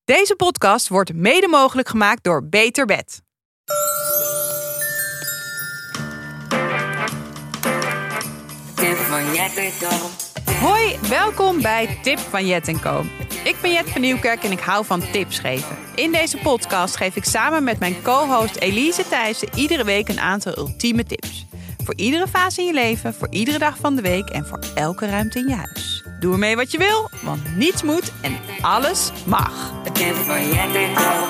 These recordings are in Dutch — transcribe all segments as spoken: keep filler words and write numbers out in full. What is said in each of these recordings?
Deze podcast wordt mede mogelijk gemaakt door Beter Bed. Tip van Jet en Co. Hoi, welkom bij Tip van Jet en Co. Ik ben Jet van Nieuwkerk en ik hou van tips geven. In deze podcast geef ik samen met mijn co-host Elise Thijssen iedere week een aantal ultieme tips. Voor iedere fase in je leven, voor iedere dag van de week en voor elke ruimte in je huis. Doe ermee wat je wil, want niets moet en alles mag. Tip van Jet en Co.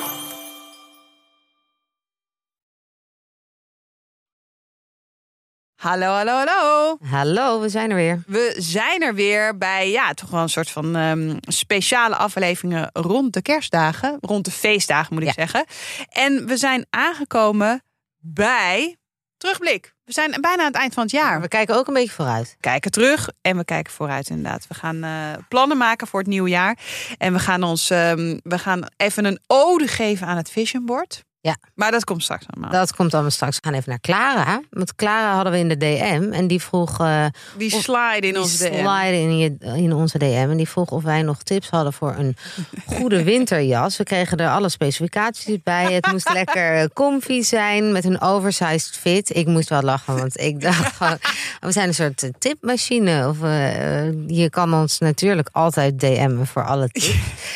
Hallo, hallo, hallo. Hallo, we zijn er weer. We zijn er weer bij ja, toch wel een soort van um, speciale afleveringen rond de kerstdagen. Rond de feestdagen moet ik Ja. zeggen. En we zijn aangekomen bij terugblik. We zijn bijna aan het eind van het jaar. We kijken ook een beetje vooruit. We kijken terug en we kijken vooruit inderdaad. We gaan uh, plannen maken voor het nieuwe jaar. En we gaan ons um, we gaan even een ode geven aan het vision board. Ja. Maar dat komt straks allemaal. Dat komt allemaal straks. We gaan even naar Clara. Met Clara hadden we in de D M. En die vroeg... Uh, Die of- slide in die onze D M. slide in, je, in onze D M. En die vroeg of wij nog tips hadden voor een goede winterjas. We kregen er alle specificaties bij. Het moest lekker comfy zijn. Met een oversized fit. Ik moest wel lachen. Want ik dacht gewoon... We zijn een soort tipmachine. Of, uh, je kan ons natuurlijk altijd D M'en voor alle tips.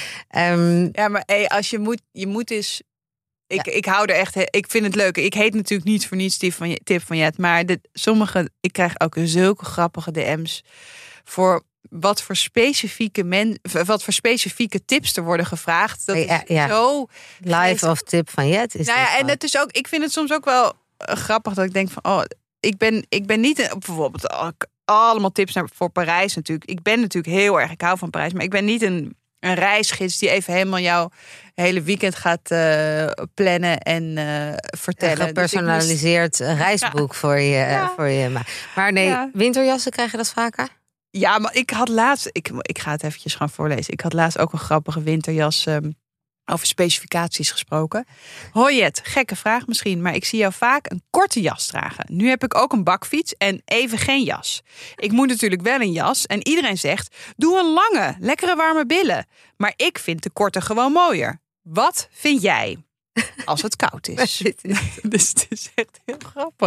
um, Ja, maar hey, als je moet, je moet eens. Ik, ja. ik hou er echt. Ik vind het leuk. Ik heet natuurlijk niet voor niets tip van, tip van Jet. Maar de, sommige. Ik krijg ook zulke grappige D M's. Voor wat voor specifieke men, wat voor specifieke tips er worden gevraagd. Dat ja, is ja. zo. Live of tip van Jet. Is nou ja, en gewoon. het is ook. Ik vind het soms ook wel uh, grappig dat ik denk van. Oh, ik ben, ik ben niet. Een, bijvoorbeeld allemaal tips naar, voor Parijs natuurlijk. Ik ben natuurlijk heel erg. Ik hou van Parijs. Maar ik ben niet een. Een reisgids die even helemaal jouw hele weekend gaat uh, plannen en uh, vertellen. Een gepersonaliseerd dus moest... reisboek ja. voor je. Ja. Voor je ma- maar nee, ja. winterjassen krijg je dat vaker? Ja, maar ik had laatst... Ik, ik ga het eventjes gewoon voorlezen. Ik had laatst ook een grappige winterjas... Um, over specificaties gesproken. Hoi Jet, gekke vraag misschien, maar ik zie jou vaak een korte jas dragen. Nu heb ik ook een bakfiets en even geen jas. Ik moet natuurlijk wel een jas en iedereen zegt, doe een lange, lekkere warme billen. Maar ik vind de korte gewoon mooier. Wat vind jij? Als het koud is. Dus het is echt heel grappig.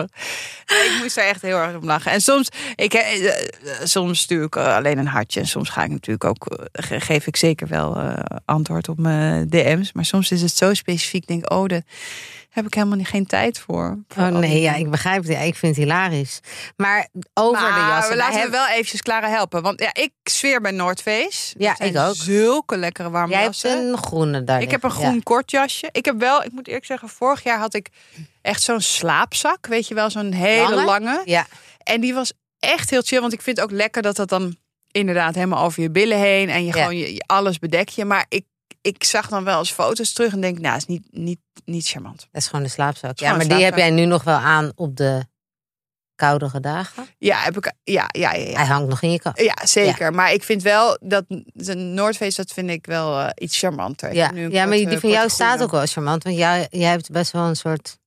Ik moest er echt heel erg om lachen. En soms, ik, uh, soms stuur ik alleen een hartje. En soms ga ik natuurlijk ook, uh, geef ik zeker wel uh, antwoord op mijn D M's. Maar soms is het zo specifiek. Ik denk, oh, daar heb ik helemaal niet, geen tijd voor. voor oh nee, ja, ik begrijp het. Ja, ik vind het hilarisch. Maar over maar, de jassen. We laten hebben... we wel eventjes Clara helpen. Want ja, ik zweer bij North Face. Ja, ik ook. Zulke lekkere warme Jij jassen. hebt een groene daar. Ik heb een groen ja. kort jasje. Ik heb wel, ik moet eerlijk zeggen, vorig jaar had ik echt zo'n slaapzak. Weet je wel, zo'n hele lange. lange. Ja. En die was echt heel chill. Want ik vind het ook lekker dat dat dan inderdaad helemaal over je billen heen. En je ja. gewoon je, je alles bedek je. Maar ik, ik zag dan wel eens foto's terug en denk, nou, is niet, niet, niet charmant. Dat is gewoon de slaapzak. Ja, Gewoon maar die slaapzak. heb jij nu nog wel aan op de koudere dagen. Ja, heb ik, ja, ja, ja, ja. Hij hangt nog in je kast. Ja, zeker. Ja. Maar ik vind wel dat de North Face, dat vind ik wel uh, iets charmanter. Ik Ja, heb nu een ja kort, maar die uh, van jou korte staat groene. ook wel charmant. Want jij, jij hebt best wel een soort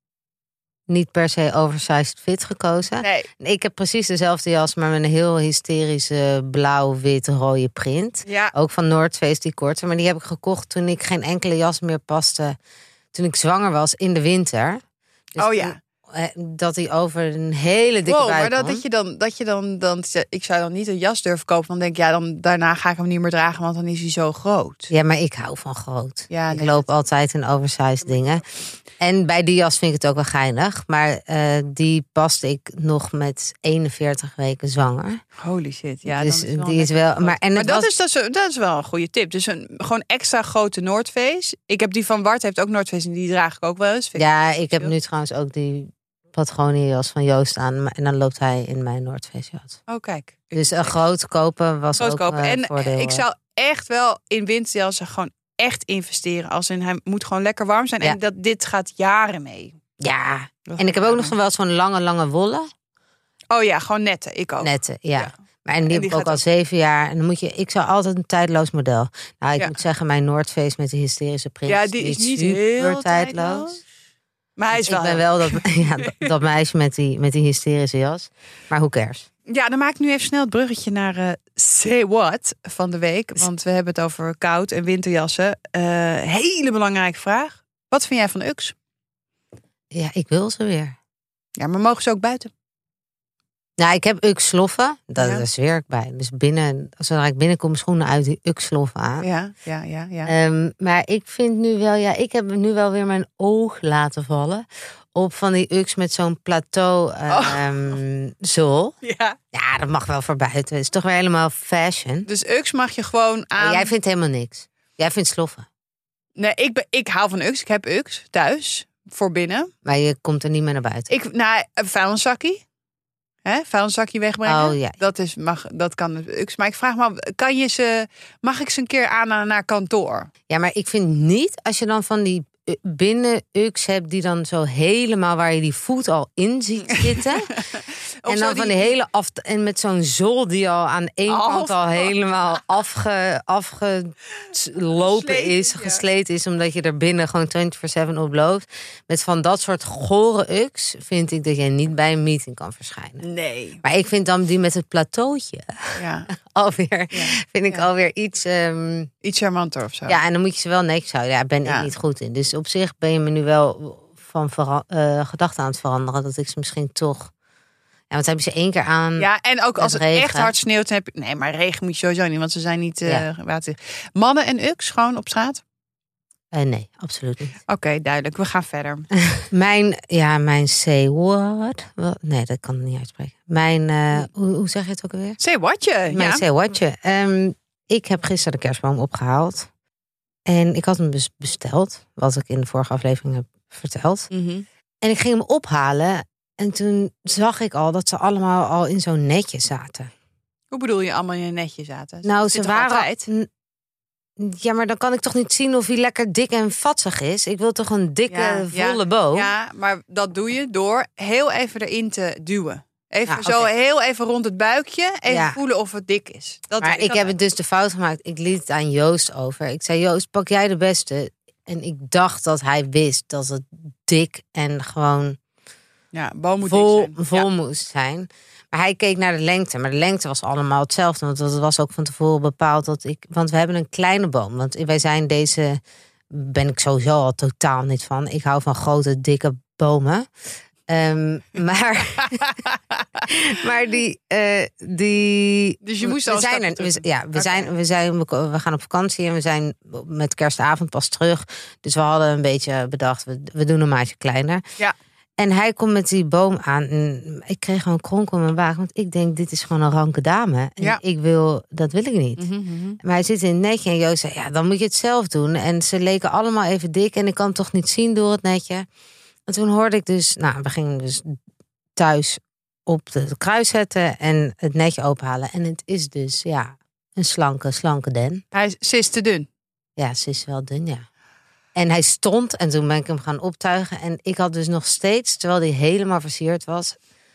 niet per se oversized fit gekozen. Nee. Ik heb precies dezelfde jas, maar met een heel hysterische blauw-wit-rode print. Ja. Ook van North Face, die korte. Maar die heb ik gekocht toen ik geen enkele jas meer paste. Toen ik zwanger was in de winter. Dus Oh ja. dat hij over een hele dikke Wow, buik maar dat, kwam. dat je dan, dat je dan, dan, ik zou dan niet een jas durven kopen. Dan denk ik, ja, dan daarna ga ik hem niet meer dragen, want dan is hij zo groot. Ja, maar ik hou van groot. Ja, ik nee, loop dat- altijd in oversized dingen. En bij die jas vind ik het ook wel geinig. Maar uh, die paste ik nog met eenenveertig weken zwanger. Holy shit, ja. dus dan is het die is wel. Maar, en Maar het dat, was, is, dat, is, dat is wel een goede tip. Dus een gewoon extra grote North Face. Ik heb die van Wart, heeft ook North Face en die draag ik ook wel eens. Vind ja, ik ik heb nu trouwens ook die Patagonia jas van Joost aan. En dan loopt hij in mijn North Face jas. Oh, kijk. Dus een groot kopen was Groot ook kopen. uh, En voordeel. ik zou echt wel in winterjassen gewoon echt investeren. Als in, hij moet gewoon lekker warm zijn. Ja. En dat dit gaat jaren mee. Ja, Dat en ik heb gaat ook nog jaren. wel zo'n lange, lange wollen. Oh ja, gewoon nette. Ik ook. Netten, ja. Ja. Maar en die, En heb die ik ook gaat al ook- zeven jaar. En dan moet je, ik zou altijd een tijdloos model. Nou, ik Ja. moet zeggen, mijn North Face met de hysterische print. Ja, die is niet heel tijdloos. Maar hij is Dus wel. ik ben wel dat, ja, dat, dat meisje met die, met die hysterische jas. Maar hoe cares? Ja, dan maak ik nu even snel het bruggetje naar uh, Say what van de week. Want we hebben het over koud en winterjassen. Uh, hele belangrijke vraag. Wat vind jij van U X? Ja, ik wil ze weer. Ja, maar mogen ze ook buiten? Nou, ik heb U X sloffen. Dat Ja. is weer bij. Dus binnen, zodra ik binnenkom, schoenen uit die U X sloffen aan. Ja, ja, ja. ja. Um, maar ik vind nu wel, ja, ik heb nu wel weer mijn oog laten vallen op van die U X met zo'n plateau um, oh. zool. Ja. Ja, dat mag wel voor buiten. Het is toch weer helemaal fashion. Dus U X mag je gewoon aan... Maar jij vindt helemaal niks. Jij vindt sloffen. Nee, ik, ben, ik hou van U X. Ik heb U X thuis voor binnen. Maar je komt er niet meer naar buiten. Ik, nou, een vuilniszakkie. Hè, vuilniszakje wegbrengen. Oh, ja. Dat, is, mag, dat kan U X. Maar ik vraag me, kan je ze, mag ik ze een keer aan naar kantoor? Ja, maar ik vind niet, als je dan van die binnen U X hebt die dan zo helemaal waar je die voet al in ziet zitten. En dan van die hele af en met zo'n zool die al aan één Af. kant al helemaal afge, afgelopen Gesleten, is, ja. gesleten is, omdat je er binnen gewoon vierentwintig zeven op loopt. Met van dat soort gore U X vind ik dat je niet bij een meeting kan verschijnen. Nee. Maar ik vind dan die met het plateautje Ja. alweer, Ja. vind ik Ja. alweer iets. Um, Iets charmanter of zo. ja, en dan moet je ze wel netjes houden. Ja, daar ben Ja. ik niet goed in. Dus op zich ben je me nu wel van vera- uh, gedachten aan het veranderen. Dat ik ze misschien toch... Ja, want heb je ze één keer aan. Ja, en ook als het regen. echt hard sneeuwt, dan heb je... Nee, maar regen moet je sowieso niet, want ze zijn niet uh, Ja. water. Mannen en U X gewoon op straat? Uh, nee, absoluut niet. Oké, okay, duidelijk. We gaan verder. Mijn, ja, mijn say what? Nee, dat kan ik niet uitspreken. Mijn, uh, hoe, hoe zeg je het ook alweer? Say whatje. Mijn Ja. say whatje. Um, ik heb gisteren de kerstboom opgehaald. En ik had hem dus besteld. Wat ik in de vorige aflevering heb verteld. Mm-hmm. En ik ging hem ophalen. En toen zag ik al dat ze allemaal al in zo'n netje zaten. Hoe bedoel je allemaal in een netje zaten? Nou, Zit ze toch waren... altijd? Ja, maar dan kan ik toch niet zien of hij lekker dik en vatsig is? Ik wil toch een dikke, Ja, volle ja, boom? Ja, maar dat doe je door heel even erin te duwen. Even Ja, zo oké. heel even rond het buikje. Even Ja. voelen of het dik is. Dat Maar ik had- heb het dus de fout gemaakt. Ik liet het aan Joost over. Ik zei, Joost, pak jij de beste. En ik dacht dat hij wist dat het dik en gewoon Ja, boom moet vol, dik zijn. vol Ja. moest zijn. Maar hij keek naar de lengte. Maar de lengte was allemaal hetzelfde. Want dat was ook van tevoren bepaald dat ik... Want we hebben een kleine boom. Want wij zijn deze... Ben ik sowieso al totaal niet van. Ik hou van grote, dikke bomen. Um, maar... maar die... Uh, die Dus je moest we al een zijn stapje er, terug. we, ja, we, Oké. zijn, we, zijn, we gaan op vakantie en we zijn met kerstavond pas terug. Dus we hadden een beetje bedacht, we, we doen een maatje kleiner. Ja. En hij komt met die boom aan. En ik kreeg gewoon kronkel in mijn wagen. Want ik denk, dit is gewoon een ranke dame. En Ja. ik wil, dat wil ik niet. Mm-hmm, mm-hmm. Maar hij zit in het netje en Joost zei, ja, dan moet je het zelf doen. En ze leken allemaal even dik en ik kan het toch niet zien door het netje. En toen hoorde ik dus, nou, we gingen dus thuis op de kruis zetten en het netje openhalen. En het is dus, ja, een slanke, slanke den. Hij is, ze is te dun. Ja, ze is wel dun, ja. En hij stond en toen ben ik hem gaan optuigen. En ik had dus nog steeds, terwijl hij helemaal versierd was,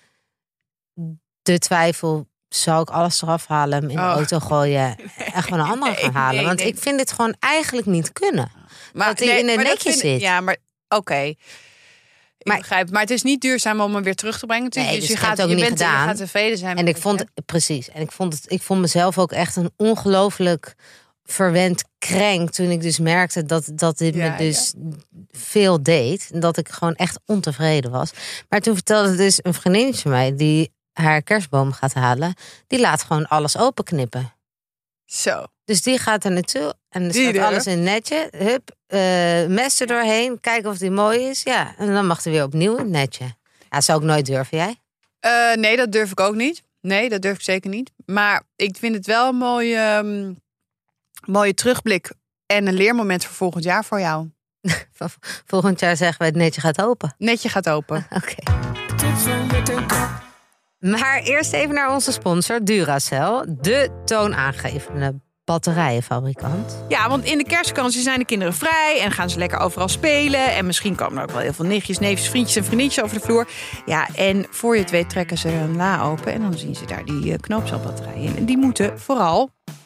de twijfel, zou ik alles eraf halen, hem in de Oh. auto gooien en gewoon een andere Nee, gaan halen. nee, Want nee. ik vind dit gewoon eigenlijk niet kunnen. Maar, Dat hij in een maar dat netje vind- zit. Ja, maar oké. Ik Maar- begrijp. Maar het is niet duurzaam om hem weer terug te brengen. natuurlijk. Nee, dus dus je ik gaat, heb het ook je niet bent, je gedaan. gaat tevreden zijn. En met ik het, vond, hè? precies, en ik vond, het, ik vond mezelf ook echt een ongelooflijk verwend krenk toen ik dus merkte dat, dat dit Ja, me dus veel deed. En dat ik gewoon echt ontevreden was. Maar toen vertelde dus een vriendinnetje van mij die haar kerstboom gaat halen, die laat gewoon alles openknippen. Zo. Dus die gaat er naartoe en er Die staat er. alles in het netje. Hup, uh, mes er doorheen, kijken of die mooi is. Ja, en dan mag hij weer opnieuw in het netje. Ja, zou ik nooit durven, jij? Uh, nee, dat durf ik ook niet. Nee, dat durf ik zeker niet. Maar ik vind het wel een mooie, um, mooie terugblik en een leermoment voor volgend jaar voor jou. Volgend jaar zeggen we het netje gaat open. Netje gaat open. Oké. Okay. Maar eerst even naar onze sponsor Duracell, de toonaangevende batterijenfabrikant. Ja, want in de kerstvakantie zijn de kinderen vrij en gaan ze lekker overal spelen. En misschien komen er ook wel heel veel nichtjes, neefjes, vriendjes en vriendinnetjes over de vloer. Ja, en voor je het weet trekken ze een la open en dan zien ze daar die uh, knoopcelbatterijen in. En die moeten vooral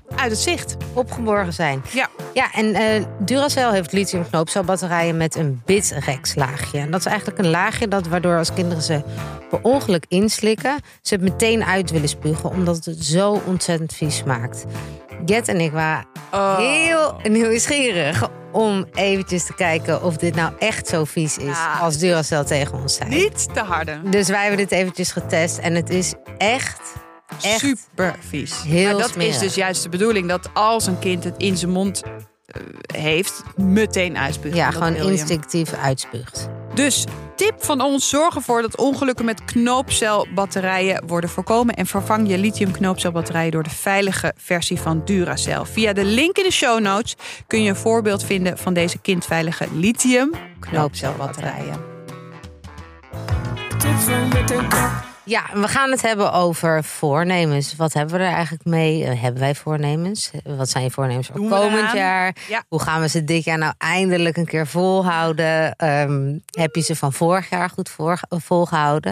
uit het zicht. Opgeborgen zijn. Ja. Ja, en uh, Duracell heeft lithium-knoopcelbatterijen met een Bitrex-laagje. En dat is eigenlijk een laagje dat waardoor als kinderen ze per ongeluk inslikken, ze het meteen uit willen spugen, omdat het zo ontzettend vies smaakt. Jet en ik waren Oh. heel nieuwsgierig om eventjes te kijken of dit nou echt zo vies is Ja. als Duracell tegen ons zei. Niet te harde. Dus wij hebben dit eventjes getest en het is echt, echt Super vies. heel maar dat smerig. is dus juist de bedoeling. Dat als een kind het in zijn mond uh, heeft, meteen uitspugen. ja, Dat gewoon wil je. instinctief uitspuugt. Dus tip van ons, zorg ervoor dat ongelukken met knoopcelbatterijen worden voorkomen. En vervang je lithium knoopcelbatterijen door de veilige versie van Duracell. Via de link in de show notes kun je een voorbeeld vinden van deze kindveilige lithium knoopcelbatterijen. Tip van Jet en Kok. Ja, we gaan het hebben over voornemens. Wat hebben we er eigenlijk mee? Uh, hebben wij voornemens? Wat zijn je voornemens voor Doen we komend eraan? jaar? Ja. Hoe gaan we ze dit jaar nou eindelijk een keer volhouden? Um, heb je ze van vorig jaar goed voor, volgehouden?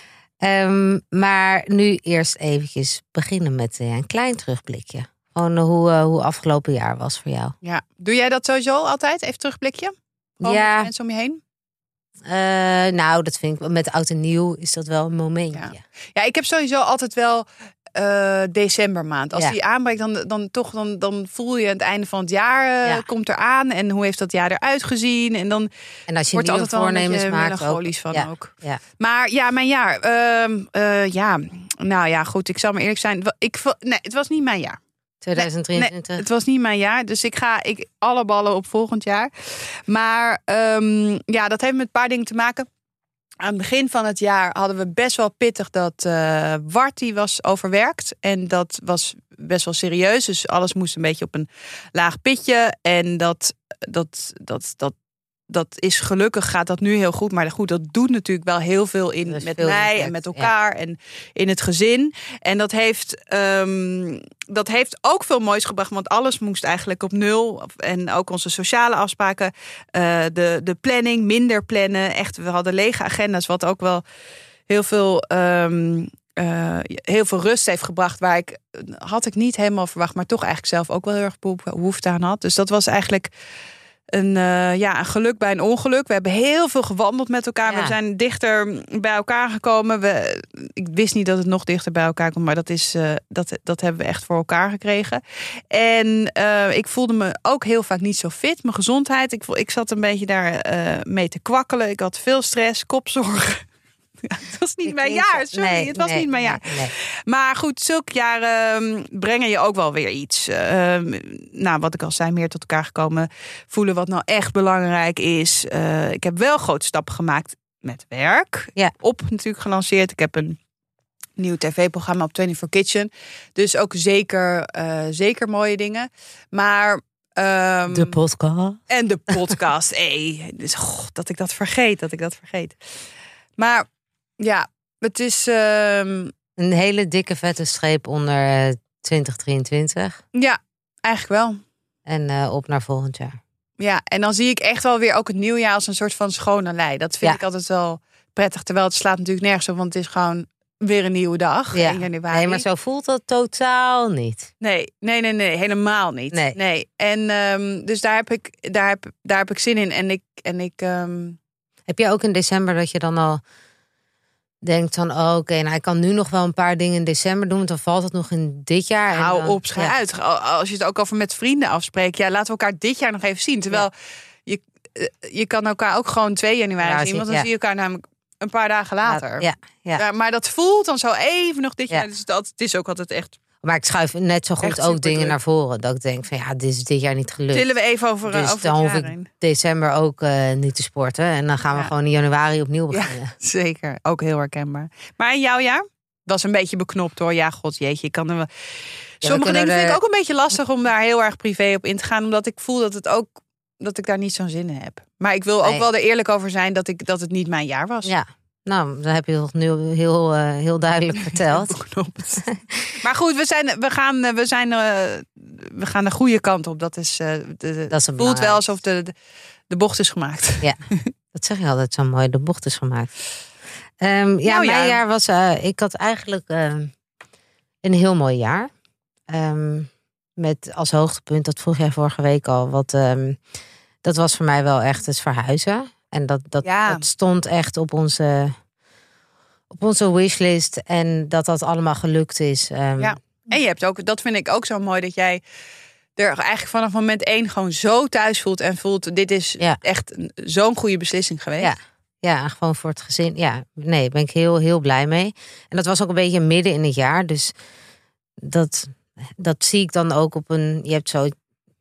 Um, maar nu eerst eventjes beginnen met uh, een klein terugblikje. Gewoon uh, hoe, uh, hoe afgelopen jaar was voor jou. Ja. Doe jij dat sowieso altijd? Even terugblikje? Gewoon Ja. met mensen om je heen? Uh, nou, dat vind ik met oud en nieuw is dat wel een momentje. Ja. Ja, ik heb sowieso altijd wel uh, decembermaand. Als Ja. die aanbreekt, dan, dan toch dan, dan voel je het einde van het jaar uh, Ja. komt eraan. En hoe heeft dat jaar eruit gezien? En dan En als je wordt er nieuwe altijd wel een voornemens beetje maakt, melancholisch ook, van ja, ook. Ja. Maar ja, mijn jaar. Uh, uh, ja, nou ja, goed. Ik zal maar eerlijk zijn. Ik, nee, het was niet mijn jaar. tweeduizend drieëntwintig. Nee, het was niet mijn jaar. Dus ik ga ik, alle ballen op volgend jaar. Maar um, ja, dat heeft met een paar dingen te maken. Aan het begin van het jaar hadden we best wel pittig dat uh, Wart die was overwerkt. En dat was best wel serieus. Dus alles moest een beetje op een laag pitje. En dat, dat, dat, dat, dat is gelukkig gaat dat nu heel goed. Maar goed, dat doet natuurlijk wel heel veel in Dat is met veel mij impact, en met elkaar en in het gezin. En dat heeft, um, dat heeft ook veel moois gebracht. Want alles moest eigenlijk op nul. En ook onze sociale afspraken. Uh, de, de planning, minder plannen. Echt, we hadden lege agenda's. Wat ook wel heel veel... Um, Uh, heel veel rust heeft gebracht, waar ik had ik niet helemaal verwacht, maar toch eigenlijk zelf ook wel heel erg behoefte aan had. Dus dat was eigenlijk een, uh, ja, een geluk bij een ongeluk. We hebben heel veel gewandeld met elkaar. Ja. We zijn dichter bij elkaar gekomen. We, ik wist niet dat het nog dichter bij elkaar komt, maar dat, is, uh, dat, dat hebben we echt voor elkaar gekregen. En uh, ik voelde me ook heel vaak niet zo fit. Mijn gezondheid, ik, ik zat een beetje daar uh, mee te kwakkelen. Ik had veel stress, kopzorgen. Ja, het was niet Ik mijn denk- jaar, sorry. nee, het was nee, niet mijn nee, jaar. nee. Maar goed, zulke jaren um, brengen je ook wel weer iets. Uh, nou, wat ik al zei, meer tot elkaar gekomen. Voelen wat nou echt belangrijk is. Uh, ik heb wel grote stappen gemaakt met werk. Ja. Op natuurlijk gelanceerd. Ik heb een nieuw tv-programma op twenty-four Kitchen. Dus ook zeker, uh, zeker mooie dingen. Maar... Um, De podcast. en de podcast. Hey, dus, goh, dat ik dat vergeet, dat ik dat vergeet. Maar ja, het is... Um, Een hele dikke vette streep onder uh, twintig drieëntwintig. ja, eigenlijk wel. En uh, op naar volgend jaar. Ja, en dan zie ik echt wel weer ook het nieuwjaar als een soort van schone lei. Dat vind Ja. ik altijd wel prettig. Terwijl het slaat natuurlijk nergens op, want het is gewoon weer een nieuwe dag. Ja. één januari. Nee, maar zo voelt dat totaal niet. Nee, nee, nee, nee, helemaal niet. Nee. nee. En um, dus daar heb ik, daar heb, daar heb ik zin in. En ik, en ik. Um... Heb je ook in december dat je dan al denkt van, oh, oké, okay, nou, ik kan nu nog wel een paar dingen in december doen, want dan valt het nog in dit jaar. En Hou dan, op, schrijf ja. uit. Als je het ook over met vrienden afspreekt, ja, laten we elkaar dit jaar nog even zien. Terwijl je, je kan elkaar ook gewoon twee januari Ja, zien, zie- want dan ja. zie je elkaar namelijk een paar dagen later. Ja, ja. Ja, maar dat voelt dan zo even nog dit Ja. jaar. Dus dat, het is ook altijd echt. Maar ik schuif net zo goed Echt ook superdruk. dingen naar voren. Dat ik denk van, ja, dit is dit jaar niet gelukt. Tillen we even over, Dus over dan het hoef jaar ik heen. december ook uh, niet te sporten. En dan gaan we Ja. gewoon in januari opnieuw Ja, beginnen. zeker. Ook heel herkenbaar. Maar in jouw jaar? Dat is een beetje beknopt hoor. Ja, god jeetje. Ik kan er wel... Sommige kunnen dingen vind er- ik ook een beetje lastig om daar heel erg privé op in te gaan. Omdat ik voel dat het ook dat ik daar niet zo'n zin in heb. Maar ik wil ook Nee. wel er eerlijk over zijn dat, ik, dat het niet mijn jaar was. Ja, nou, dat heb je toch nu heel, uh, heel duidelijk verteld. Beknopt. Maar goed, we, zijn, we, gaan, uh, we, zijn, uh, we gaan de goede kant op. Dat is, uh, de, de, Dat is een voelt wel belangrijk. alsof de, de, de bocht is gemaakt. Ja, dat zeg je altijd zo mooi. De bocht is gemaakt. Um, ja, Jouw mijn jaar? jaar was... Uh, ik had eigenlijk uh, een heel mooi jaar. Um, met als hoogtepunt, dat vroeg jij vorige week al, wat um, dat was voor mij wel echt het verhuizen. En dat, dat, Ja. dat stond echt op onze, op onze wishlist. En dat dat allemaal gelukt is. Um, Ja. En je hebt ook, dat vind ik ook zo mooi, dat jij er eigenlijk vanaf moment één gewoon zo thuis voelt en voelt, dit is Ja. echt een- zo'n goede beslissing geweest. Ja. Ja, gewoon voor het gezin. Ja, nee, daar ben ik heel, heel blij mee. En dat was ook een beetje midden in het jaar. Dus dat, dat zie ik dan ook op een... Je hebt zo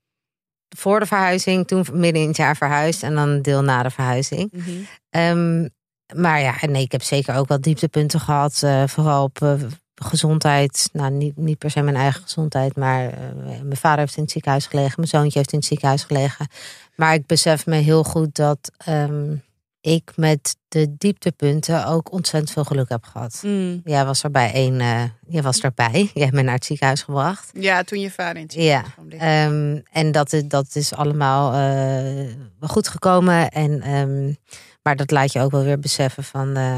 voor de verhuizing, toen midden in het jaar verhuisd. En dan een deel na de verhuizing. Mhm. Um, maar ja, nee, ik heb zeker ook wel dieptepunten gehad. Uh, vooral op uh, gezondheid. Nou, niet, niet per se mijn eigen gezondheid. Maar uh, mijn vader heeft in het ziekenhuis gelegen. Mijn zoontje heeft in het ziekenhuis gelegen. Maar ik besef me heel goed dat... Um, ik met de dieptepunten ook ontzettend veel geluk heb gehad. Mm. Jij was er bij één, uh, jij was erbij. Jij hebt me naar het ziekenhuis gebracht. Ja, toen je vader in het Ja, ziekenhuis kwam liggen. um, en dat, is- dat is allemaal uh, goed gekomen. En, um, maar dat laat je ook wel weer beseffen van... Uh,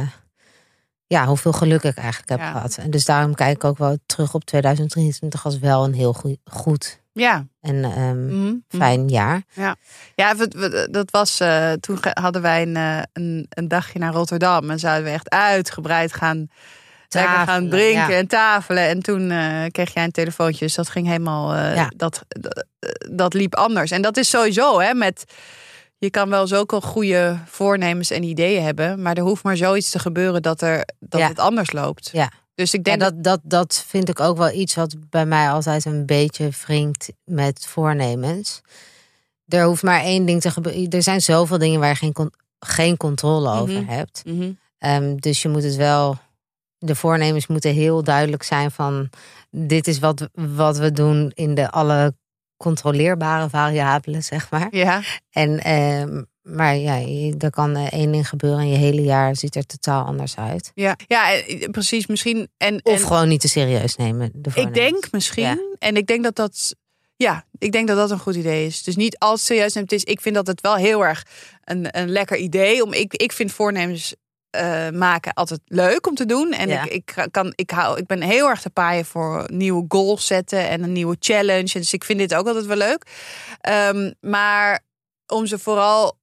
ja, hoeveel geluk ik eigenlijk heb Ja. gehad. En dus daarom kijk ik ook wel terug op tweeduizend drieëntwintig als wel een heel goed, goed Ja. en um, Mhm. fijn jaar. Ja, we- we- dat was, uh, toen ge- hadden wij een, uh, een, een dagje naar Rotterdam. En zouden we echt uitgebreid gaan, lekker gaan Tafelen, drinken ja. en tafelen. En toen uh, kreeg jij een telefoontje. Dus dat ging helemaal, uh, Ja. dat, dat, dat liep anders. En dat is sowieso, hè, met... Je kan wel zulke goede voornemens en ideeën hebben. Maar er hoeft maar zoiets te gebeuren dat, er, dat Ja. het anders loopt. Ja. Dus ik Ja, denk dat, dat, dat vind ik ook wel iets wat bij mij altijd een beetje wringt met voornemens. Er hoeft maar één ding te gebeuren. Er zijn zoveel dingen waar je geen, con- geen controle Mhm. over hebt. Mhm. Um, dus je moet het wel... De voornemens moeten heel duidelijk zijn van... Dit is wat, wat we doen in de alle controleerbare variabelen, zeg maar. Ja. En, um, maar ja, je- er kan uh, één ding gebeuren en je hele jaar ziet er totaal anders uit. Ja, ja, eh, precies. Misschien. En, Of en gewoon niet te serieus nemen. De ik voornemens. denk misschien. Ja. En ik denk dat dat. Ja, ik denk dat dat een goed idee is. Dus niet als serieus neemt. Het is, ik vind dat het wel heel erg een, een lekker idee. Om, ik, ik vind voornemens uh, maken altijd leuk om te doen. En Ja. ik, ik, kan, ik, hou, ik ben heel erg te paaien voor nieuwe goals zetten. En een nieuwe challenge. Dus ik vind dit ook altijd wel leuk. Um, maar om ze vooral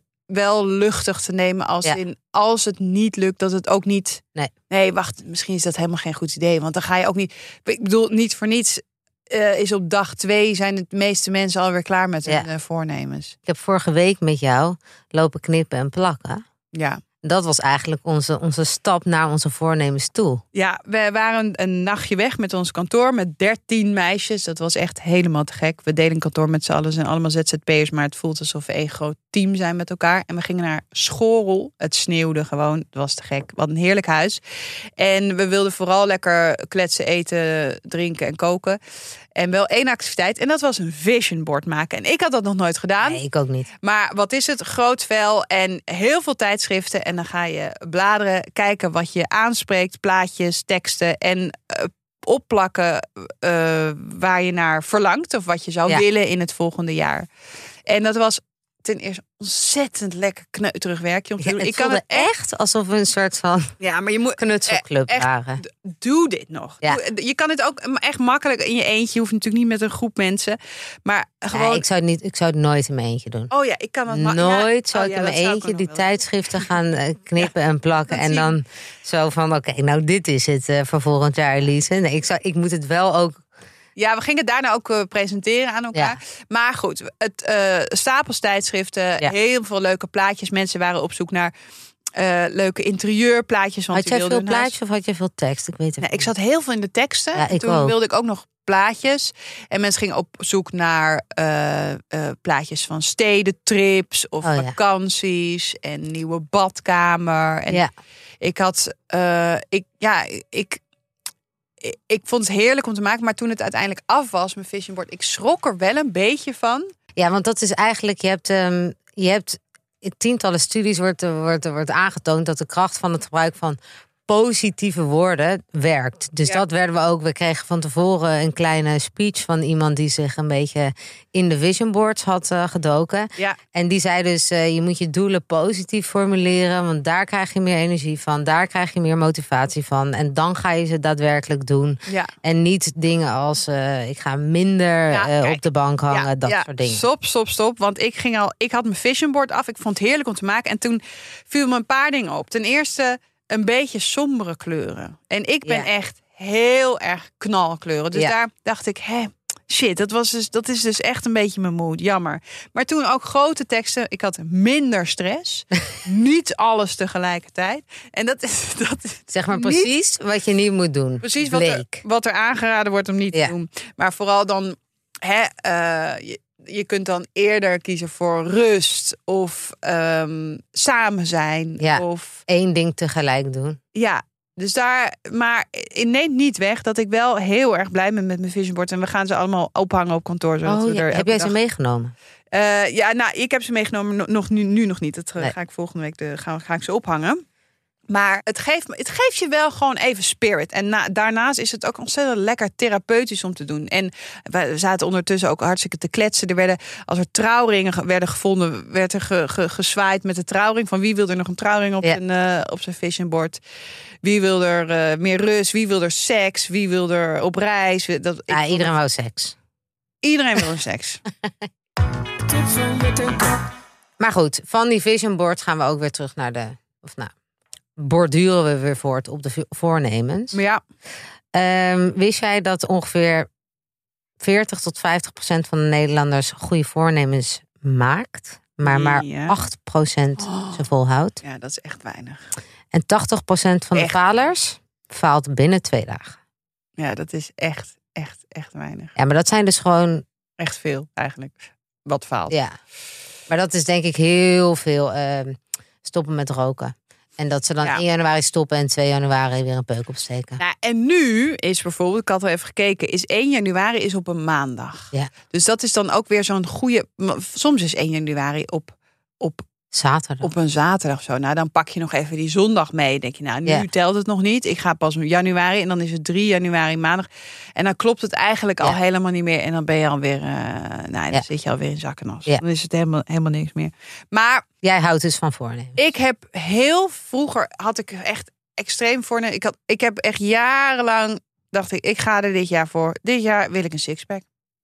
wel luchtig te nemen als Ja. in als het niet lukt, dat het ook niet. Nee. Nee, wacht, misschien is dat helemaal geen goed idee, want dan ga je ook niet. Ik bedoel, niet voor niets uh, is op dag twee zijn de meeste mensen alweer klaar met hun Ja. uh, voornemens. Ik heb vorige week met jou lopen knippen en plakken. Ja. Dat was eigenlijk onze, onze stap naar onze voornemens toe. Ja, we waren een nachtje weg met ons kantoor met dertien meisjes. Dat was echt helemaal te gek. We delen een kantoor met z'n allen, zijn allemaal Z Z P'ers, maar het voelt alsof we één groot team zijn met elkaar. En we gingen naar Schorel. Het sneeuwde gewoon, het was te gek. Wat een heerlijk huis. En we wilden vooral lekker kletsen, eten, drinken en koken. En wel één activiteit, en dat was een vision board maken. En ik had dat nog nooit gedaan. Nee, ik ook niet. Maar wat is het? Groot vel en heel veel tijdschriften. En dan ga je bladeren, kijken wat je aanspreekt. Plaatjes, teksten en uh, opplakken uh, waar je naar verlangt. Of wat je zou Ja. willen in het volgende jaar. En dat was ten eerste ontzettend lekker kneuterig werkje om te Ja, doen. het Ik kan voelde het echt... echt alsof we een soort van Ja, maar je moet... knutselclub echt, waren. d- Doe dit nog. Ja. Doe- Je kan het ook echt makkelijk in je eentje. Je hoeft natuurlijk niet met een groep mensen. Maar gewoon... Nee, ik, zou het niet, ik zou het nooit in mijn eentje doen. Oh ja, ik kan het ma- Nooit ja. zou Oh ik ja, in dat mijn zou ik eentje ook die nog wel. tijdschriften gaan uh, knippen en plakken. dat En zie dan zo van, oké, okay, nou dit is het uh, voor volgend jaar, Elise. Nee, ik, zou, ik moet het wel ook... Ja, we gingen het daarna ook uh, presenteren aan elkaar. Ja. Maar goed, het uh, stapels tijdschriften, Ja. heel veel leuke plaatjes. Mensen waren op zoek naar uh, leuke interieurplaatjes. Want Had die jij wilden veel hun huis- plaatjes of had jij veel tekst? Ik weet het Nee, ik niet. zat heel veel in de teksten. Ja, en ik toen ook. wilde ik ook nog plaatjes. En mensen gingen op zoek naar uh, uh, plaatjes van stedentrips of Oh, ja. vakanties en nieuwe badkamer. En Ja. ik had, uh, ik, ja, ik, ik, ik vond het heerlijk om te maken. Maar toen het uiteindelijk af was, mijn vision board, ik schrok er wel een beetje van. ja, want dat is eigenlijk, je hebt, um, je hebt in tientallen studies wordt, wordt, wordt aangetoond dat de kracht van het gebruik van positieve woorden werkt. Dus Ja. dat werden we ook. We kregen van tevoren een kleine speech van iemand die zich een beetje in de vision boards had uh, gedoken. Ja. En die zei dus, uh, je moet je doelen positief formuleren, want daar krijg je meer energie van, daar krijg je meer motivatie van. En dan ga je ze daadwerkelijk doen. Ja. En niet dingen als, uh, ik ga minder Ja, uh, kijk. op de bank hangen, Ja, dat ja, soort dingen. Stop, stop, stop. Want ik ging al, ik had mijn vision board af. Ik vond het heerlijk om te maken. En toen viel me een paar dingen op. Ten eerste een beetje sombere kleuren. En ik ben Ja. echt heel erg knalkleuren. Dus Ja. daar dacht ik, hè, shit, dat, was dus, dat is dus echt een beetje mijn mood. Jammer. Maar toen ook grote teksten. Ik had minder stress. Niet alles tegelijkertijd. En dat is... Dat is Zeg maar niet- precies wat je niet moet doen. Precies wat er, Bleek. wat er aangeraden wordt om niet Ja. te doen. Maar vooral dan, hè, uh, je, je kunt dan eerder kiezen voor rust of um, samen zijn. Ja. Of, Eén ding tegelijk doen. ja, dus daar, maar het neemt niet weg dat ik wel heel erg blij ben met mijn vision board. En we gaan ze allemaal ophangen op kantoor. Zodat Oh, we ja. er Heb elke jij dag- ze meegenomen? Uh, ja, nou, ik heb ze meegenomen, no- nog nu, nu nog niet. Dat uh, Nee. ga ik volgende week de, ga, ga ik ze ophangen. Maar het geeft, me- het geeft je wel gewoon even spirit. En na, daarnaast is het ook ontzettend lekker therapeutisch om te doen. En we zaten ondertussen ook hartstikke te kletsen. Er werden, als er trouwringen ge- werden gevonden, werd er ge, ge, gezwaaid met de trouwring. Van wie wil er nog een trouwring op, Ja. zijn, uh, op zijn vision board? Wie wil er uh, meer rust? Wie wil er seks? Wie wil er op reis? Dat, ik Ja, vond iedereen het- wou seks. iedereen wil er seks. Tips van Jet en Kok. Maar goed, van die vision boards gaan we ook weer terug naar de... Of nou, borduren we weer voort op de vo- voornemens. Maar ja, Ehm, wist jij dat ongeveer veertig tot vijftig procent van de Nederlanders goede voornemens maakt, maar maar Ja. acht procent ze volhoudt? ja, dat is echt weinig. En tachtig procent van de Echt? falers faalt binnen twee dagen. Ja, dat is echt, echt, echt weinig. Ja, maar dat zijn dus gewoon, Echt veel, eigenlijk. Wat faalt. ja. Maar dat is denk ik heel veel ehm, stoppen met roken. En dat ze dan Ja. één januari stoppen en twee januari weer een peuk opsteken. Nou, en nu is bijvoorbeeld, ik had al even gekeken, is één januari is op een maandag. Ja. Dus dat is dan ook weer zo'n goede. Soms is één januari op, op, Zaterdag. op een zaterdag of zo. Nou, dan pak je nog even die zondag mee. Denk je, nou, nu Ja. telt het nog niet. Ik ga pas in januari en dan is het drie januari maandag. En dan klopt het eigenlijk al Ja. helemaal niet meer. En dan ben je alweer, uh, nou, dan Ja. zit je alweer in zak en as. Ja. Dan is het helemaal, helemaal niks meer. Maar Jij houdt dus van voornemen. ik heb heel vroeger had ik echt extreem voornemen. Ik had, ik heb echt jarenlang dacht ik, ik ga er dit jaar voor. Dit jaar wil ik een sixpack.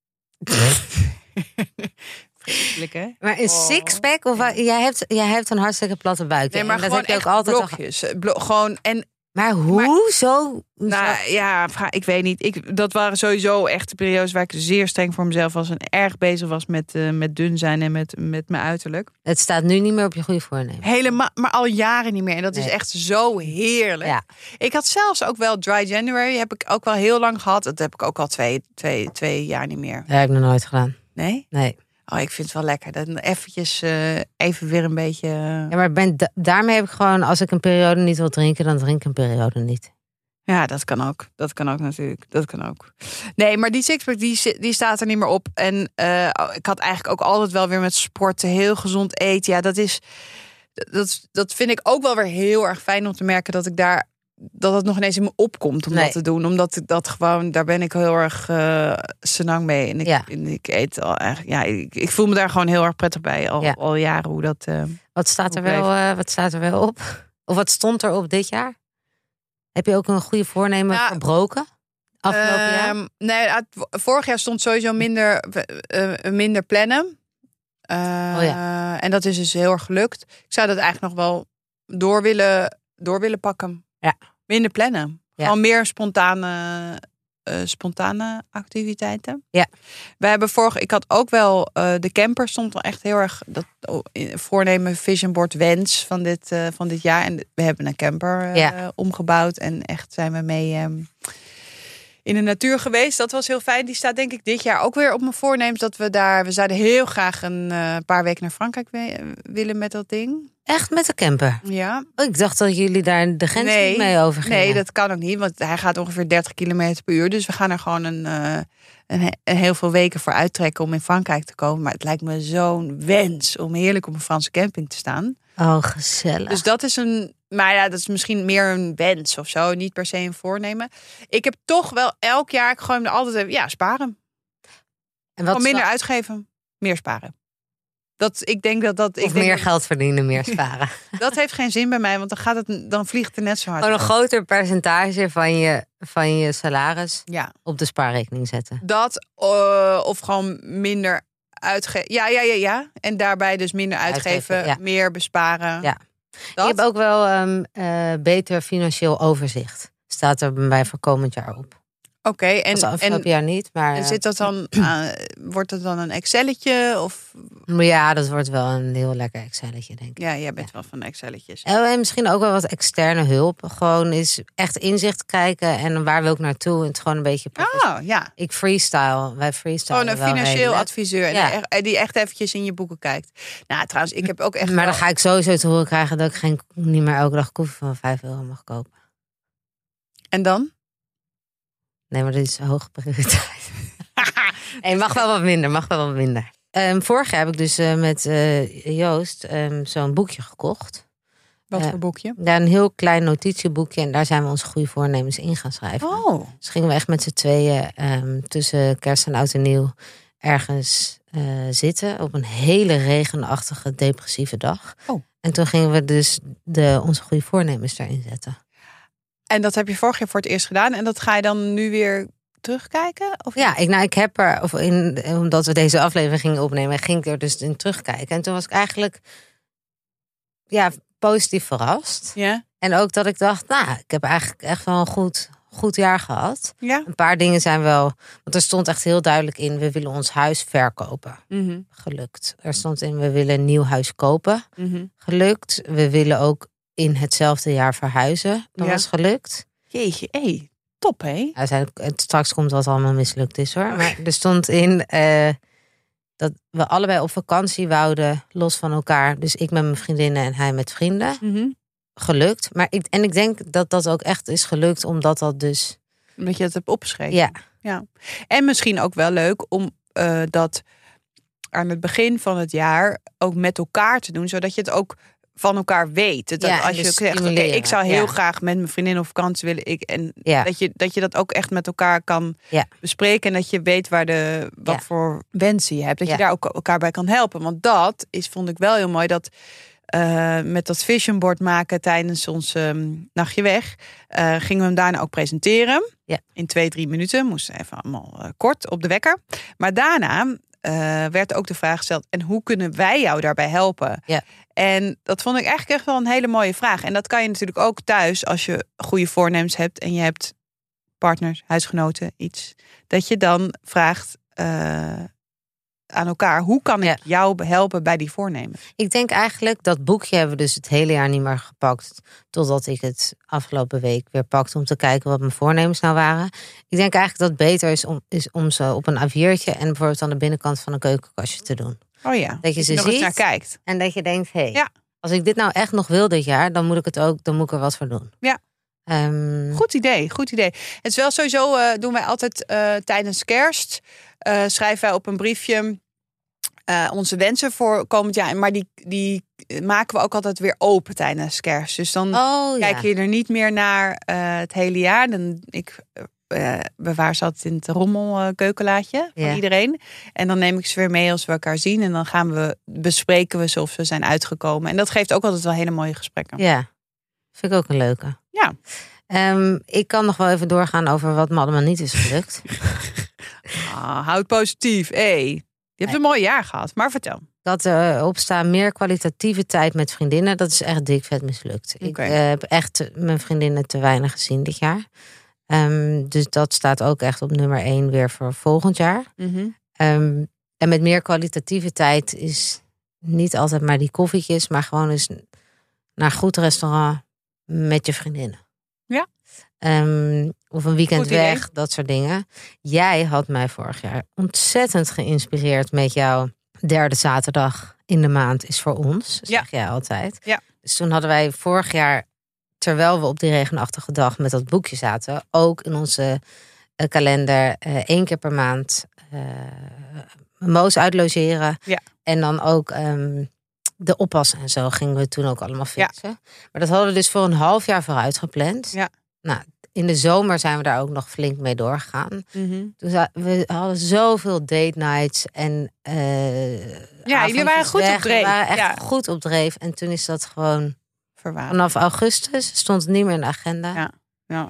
Vreselijk, hè? Maar een Oh. sixpack? Of wa- jij, hebt, jij hebt een hartstikke platte buik. Nee, maar en dat gewoon heb je ook echt altijd al. blokjes. Blo- gewoon en Maar hoe zo? nou ja, vra- ik weet niet. Ik, dat waren sowieso echt de periodes waar ik zeer streng voor mezelf was en erg bezig was met, uh, met dun zijn en met, met mijn uiterlijk. Het staat nu niet meer op je goede voornemen. Helemaal, maar al jaren niet meer. En dat is Nee. echt zo heerlijk. Ja. Ik had zelfs ook wel Dry January. Heb ik ook wel heel lang gehad. Dat heb ik ook al twee, twee, twee jaar niet meer. Dat heb ik nog nooit gedaan. Nee? Nee. Oh, ik vind het wel lekker. Dan eventjes uh, even weer een beetje... Ja, maar ben, da- daarmee heb ik gewoon, als ik een periode niet wil drinken, dan drink ik een periode niet. Ja, dat kan ook. Dat kan ook natuurlijk. Dat kan ook. Nee, maar die sixpack die, zi- die staat er niet meer op. En uh, ik had eigenlijk ook altijd wel weer met sporten, heel gezond eten. Ja, dat is... Dat, dat vind ik ook wel weer heel erg fijn om te merken dat ik daar... dat het nog ineens in me opkomt om Nee. dat te doen. Omdat ik dat gewoon... Daar ben ik heel erg uh, senang mee. En ik, Ja. en ik eet al eigenlijk... Ja, ik, ik voel me daar gewoon heel erg prettig bij. Al, Ja. al jaren hoe dat... Uh, Wat staat, er Hoe wel, uh, wat staat er wel op? Of wat stond er op dit jaar? Heb je ook een goede voornemen Nou, verbroken? Afgelopen jaar? Ehm, nee, het- vorig jaar stond sowieso minder, uh, minder plannen. Uh, Oh ja. En dat is dus heel erg gelukt. Ik zou dat eigenlijk nog wel door willen, door willen pakken. Ja. Minder plannen. Ja. Gewoon meer spontane, uh, spontane activiteiten. Ja. We hebben vorige, ik had ook wel uh, de camper stond wel echt heel erg dat uh, voornemen vision board wens van dit, uh, van dit jaar. En we hebben een camper uh, Ja. omgebouwd en echt zijn we mee um, in de natuur geweest. Dat was heel fijn. Die staat denk ik dit jaar ook weer op mijn voornemens dat we daar. We zouden heel graag een uh, paar weken naar Frankrijk we- willen met dat ding. Echt met de camper? Ja. Oh, ik dacht dat jullie daar de grens Nee, niet mee over gingen. Nee, dat kan ook niet, want hij gaat ongeveer dertig kilometer per uur. Dus we gaan er gewoon een, uh, een, een heel veel weken voor uittrekken om in Frankrijk te komen. Maar het lijkt me zo'n wens om heerlijk op een Franse camping te staan. Oh, gezellig. Dus dat is een... Maar ja, dat is misschien meer een wens of zo. Niet per se een voornemen. Ik heb toch wel elk jaar... Ik gooi hem er altijd even... Ja, sparen. En wat Gewoon minder sta- uitgeven. Meer sparen. Dat, ik denk dat dat... Of ik denk meer dat, geld verdienen, meer sparen. dat heeft geen zin bij mij. Want dan, gaat het, dan vliegt het er net zo hard. Gewoon een uit. groter percentage van je, van je salaris Ja. op de spaarrekening zetten. Dat uh, of gewoon minder uitgeven. Ja, ja, ja, ja. En daarbij dus minder uitgeven. Uitgeven, ja. Meer besparen. Ja. Dat? Je hebt ook wel um, uh, beter financieel overzicht. Staat er bij mij voor komend jaar op. Oké, En, en, dat afgelopen en, jaar niet, maar... en zit dat dan, uh, wordt het dan een Excelletje? Of Maar ja, dat wordt wel een heel lekker Excelletje, denk ik. ja, jij bent wel van Excelletjes. En misschien ook wel wat externe hulp. Gewoon is echt inzicht kijken en waar wil ik naartoe. Het gewoon een beetje... Oh, ja. Ik freestyle, wij freestylen Gewoon een wel financieel redelijk. adviseur. En Ja. die- die echt eventjes in je boeken kijkt. Nou, trouwens, ik heb ook echt... Maar wel- dan ga ik sowieso te horen krijgen dat ik geen, niet meer elke dag koffie van vijf euro mag kopen. En dan? Nee, maar dat is een hoge prioriteit. hey, mag wel wat minder, mag wel wat minder. Um, vorig jaar heb ik dus uh, met uh, Joost um, zo'n boekje gekocht. Wat Ja. voor boekje? Daar een heel klein notitieboekje en daar zijn we onze goede voornemens in gaan schrijven. Oh. Dus gingen we echt met z'n tweeën um, tussen kerst en oud en nieuw ergens uh, zitten op een hele regenachtige, depressieve dag. Oh. En toen gingen we dus de, onze goede voornemens daarin zetten. En dat heb je vorig jaar voor het eerst gedaan. En dat ga je dan nu weer terugkijken? Of Ja, ik, nou, ik heb er, of in, omdat we deze aflevering gingen opnemen, ging ik er dus in terugkijken. En toen was ik eigenlijk ja, positief verrast. Ja? En ook dat ik dacht, nou, ik heb eigenlijk echt wel een goed, goed jaar gehad. Ja? Een paar dingen zijn wel, want er stond echt heel duidelijk in, we willen ons huis verkopen. Mhm. Gelukt. Er stond in, we willen een nieuw huis kopen. Mhm. Gelukt. We willen ook in hetzelfde jaar verhuizen. Dat Ja. was gelukt. Jeetje, hé. Top, hé? Ja, zijn, het, straks komt wat allemaal mislukt is hoor. Maar er stond in eh, dat we allebei op vakantie wouden, los van elkaar. Dus ik met mijn vriendinnen en hij met vrienden. Mhm. Gelukt. Maar ik, en ik denk dat dat ook echt is gelukt, omdat dat dus... Omdat je het hebt opgeschreven. Ja, Ja. En misschien ook wel leuk om uh, dat aan het begin van het jaar ook met elkaar te doen. Zodat je het ook van elkaar weet. Dat Ja, als dus je zegt, oké, stimuleren, ik zou heel ja. graag met mijn vriendin op vakantie willen. Ik, en ja. dat, je, dat je dat ook echt met elkaar kan Ja. bespreken. En dat je weet waar de, wat Ja. voor wensen je hebt. Dat Ja. je daar ook elkaar bij kan helpen. Want dat is, vond ik wel heel mooi. Dat uh, met dat vision board maken tijdens ons um, nachtje weg. Uh, gingen we hem daarna ook presenteren. Ja. In twee, drie minuten. Moesten even allemaal uh, kort op de wekker. Maar daarna uh, werd ook de vraag gesteld. En hoe kunnen wij jou daarbij helpen? Ja. En dat vond ik eigenlijk echt wel een hele mooie vraag. En dat kan je natuurlijk ook thuis als je goede voornemens hebt. En je hebt partners, huisgenoten, iets. Dat je dan vraagt uh, aan elkaar. Hoe kan ik Ja. jou helpen bij die voornemen? Ik denk eigenlijk dat boekje hebben we dus het hele jaar niet meer gepakt. Totdat ik het afgelopen week weer pakte om te kijken wat mijn voornemens nou waren. Ik denk eigenlijk dat het beter is om, is om ze op een A viertje en bijvoorbeeld aan de binnenkant van een keukenkastje te doen. Oh ja, Dat je ze er nog eens ziet. naar kijkt. En dat je denkt, hé, hey, Ja. als ik dit nou echt nog wil dit jaar, dan moet ik het ook, dan moet ik er wat voor doen. Ja. Um, Goed idee, goed idee. Het is wel sowieso, uh, doen wij altijd uh, tijdens kerst. Uh, schrijven wij op een briefje uh, onze wensen voor komend jaar. Maar die, die maken we ook altijd weer open tijdens kerst. Dus dan oh, kijk ja. je er niet meer naar uh, het hele jaar. Dan, ik uh, bewaar ze altijd in het rommel uh, keukenlaadje van Ja. iedereen. En dan neem ik ze weer mee als we elkaar zien. En dan gaan we, bespreken we ze of ze zijn uitgekomen. En dat geeft ook altijd wel hele mooie gesprekken. Ja, vind ik ook een leuke. Ja. Um, ik kan nog wel even doorgaan over wat me allemaal niet is gelukt. Ah, houd positief. Hey, je hebt Nee. een mooi jaar gehad, maar vertel. Ik had erop staan meer kwalitatieve tijd met vriendinnen. Dat is echt dik vet mislukt. Ik Oké. uh, heb echt mijn vriendinnen te weinig gezien dit jaar. Um, dus dat staat ook echt op nummer één weer voor volgend jaar. Mm-hmm. Um, en met meer kwalitatieve tijd is niet altijd maar die koffietjes, maar gewoon eens naar een goed restaurant met je vriendinnen. Ja. Um, of een weekend Goed idee. weg, dat soort dingen. Jij had mij vorig jaar ontzettend geïnspireerd met jouw derde zaterdag in de maand is voor ons. Zeg jij altijd. Ja. Dus toen hadden wij vorig jaar, terwijl we op die regenachtige dag met dat boekje zaten, ook in onze uh, kalender uh, één keer per maand uh, Moos uitlogeren. Ja. En dan ook um, de oppassen en zo gingen we toen ook allemaal fixen. Ja. Maar dat hadden we dus voor een half jaar vooruit gepland. Ja. Nou, in de zomer zijn we daar ook nog flink mee doorgegaan. Mm-hmm. Dus we hadden zoveel date nights en uh, ja, jullie waren goed weg. op dreef. We waren echt ja. goed op dreef. En toen is dat gewoon verwaterd. Vanaf augustus stond het niet meer in de agenda. Ja. Ja.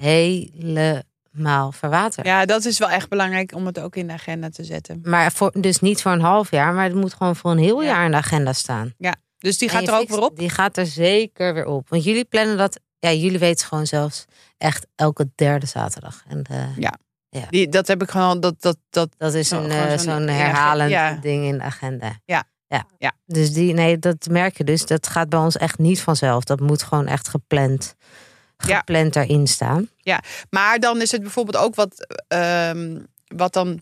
Helemaal verwaterd. Ja, dat is wel echt belangrijk om het ook in de agenda te zetten. Maar voor, dus niet voor een half jaar, maar het moet gewoon voor een heel ja. jaar in de agenda staan. Ja, dus die gaat er ook weer op? Die gaat er zeker weer op. Want jullie plannen dat, ja, jullie weten gewoon zelfs echt elke derde zaterdag. En de, ja, ja. Die, dat heb ik gewoon, dat dat Dat, dat is zo, een, uh, zo'n, zo'n herhalend ja. ding in de agenda. Ja. Ja. ja. Dus die, nee, dat merk je dus. Dat gaat bij ons echt niet vanzelf. Dat moet gewoon echt gepland, gepland ja. erin staan. Ja, maar dan is het bijvoorbeeld ook wat, um, wat dan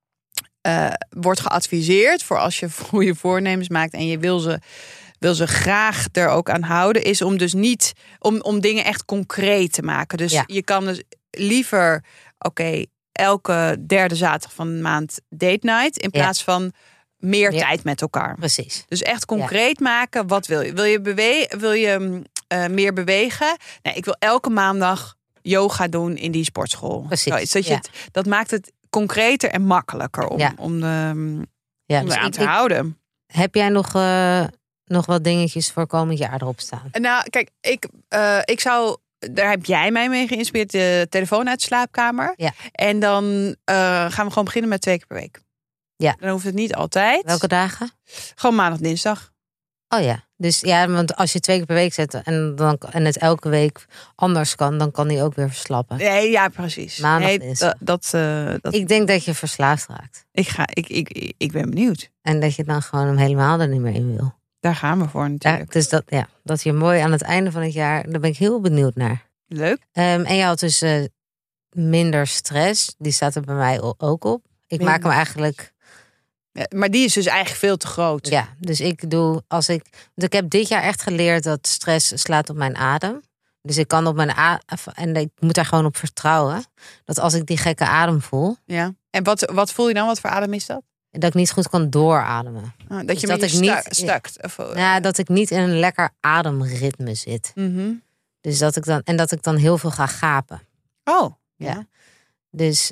uh, wordt geadviseerd voor als je goede voornemens maakt en je wil ze, wil ze graag er ook aan houden, is om dus niet om, om dingen echt concreet te maken. Dus ja. je kan dus liever, oké, okay, elke derde zaterdag van de maand date night in plaats ja. van meer ja. tijd met elkaar. Precies. Dus echt concreet ja. maken. Wat wil je? Wil je, bewe- wil je uh, meer bewegen? Nee, ik wil elke maandag yoga doen in die sportschool. Precies. Zo, dat, je ja. het, dat maakt het concreter en makkelijker om, ja. om, um, ja, om dus eraan ik, te ik, houden. Heb jij nog, uh, nog wat dingetjes voor komend jaar erop staan? Nou, kijk, ik, uh, ik zou... Daar heb jij mij mee geïnspireerd. De telefoon uit de slaapkamer. Ja. En dan uh, gaan we gewoon beginnen met twee keer per week. Ja. Dan hoeft het niet altijd. Welke dagen? Gewoon maandag, dinsdag. Oh ja. Dus ja, want als je twee keer per week zet en, dan, en het elke week anders kan, dan kan die ook weer verslappen. Nee, ja, precies. Maandag, nee, dinsdag. Dat, uh, dat... Ik denk dat je verslaafd raakt. Ik, ga, ik, ik, ik ben benieuwd. En dat je dan gewoon hem helemaal er niet meer in wil. Daar gaan we voor natuurlijk. Ja, dus dat, ja, dat je mooi aan het einde van het jaar, daar ben ik heel benieuwd naar. Leuk. Um, en je had dus uh, minder stress. Die staat er bij mij ook op. Ik minder. maak hem eigenlijk... Ja, maar die is dus eigenlijk veel te groot. Ja, dus ik doe als ik... Ik heb dit jaar echt geleerd dat stress slaat op mijn adem. Dus ik kan op mijn adem... En ik moet daar gewoon op vertrouwen. Dat als ik die gekke adem voel... Ja. En wat, wat voel je dan? Wat voor adem is dat? Dat ik niet goed kan doorademen. Ah, dat dus je dat ik niet stukt. Of, uh... Ja, dat ik niet in een lekker ademritme zit. Mm-hmm. Dus dat ik dan... En dat ik dan heel veel ga gapen. Oh, ja. ja. Dus...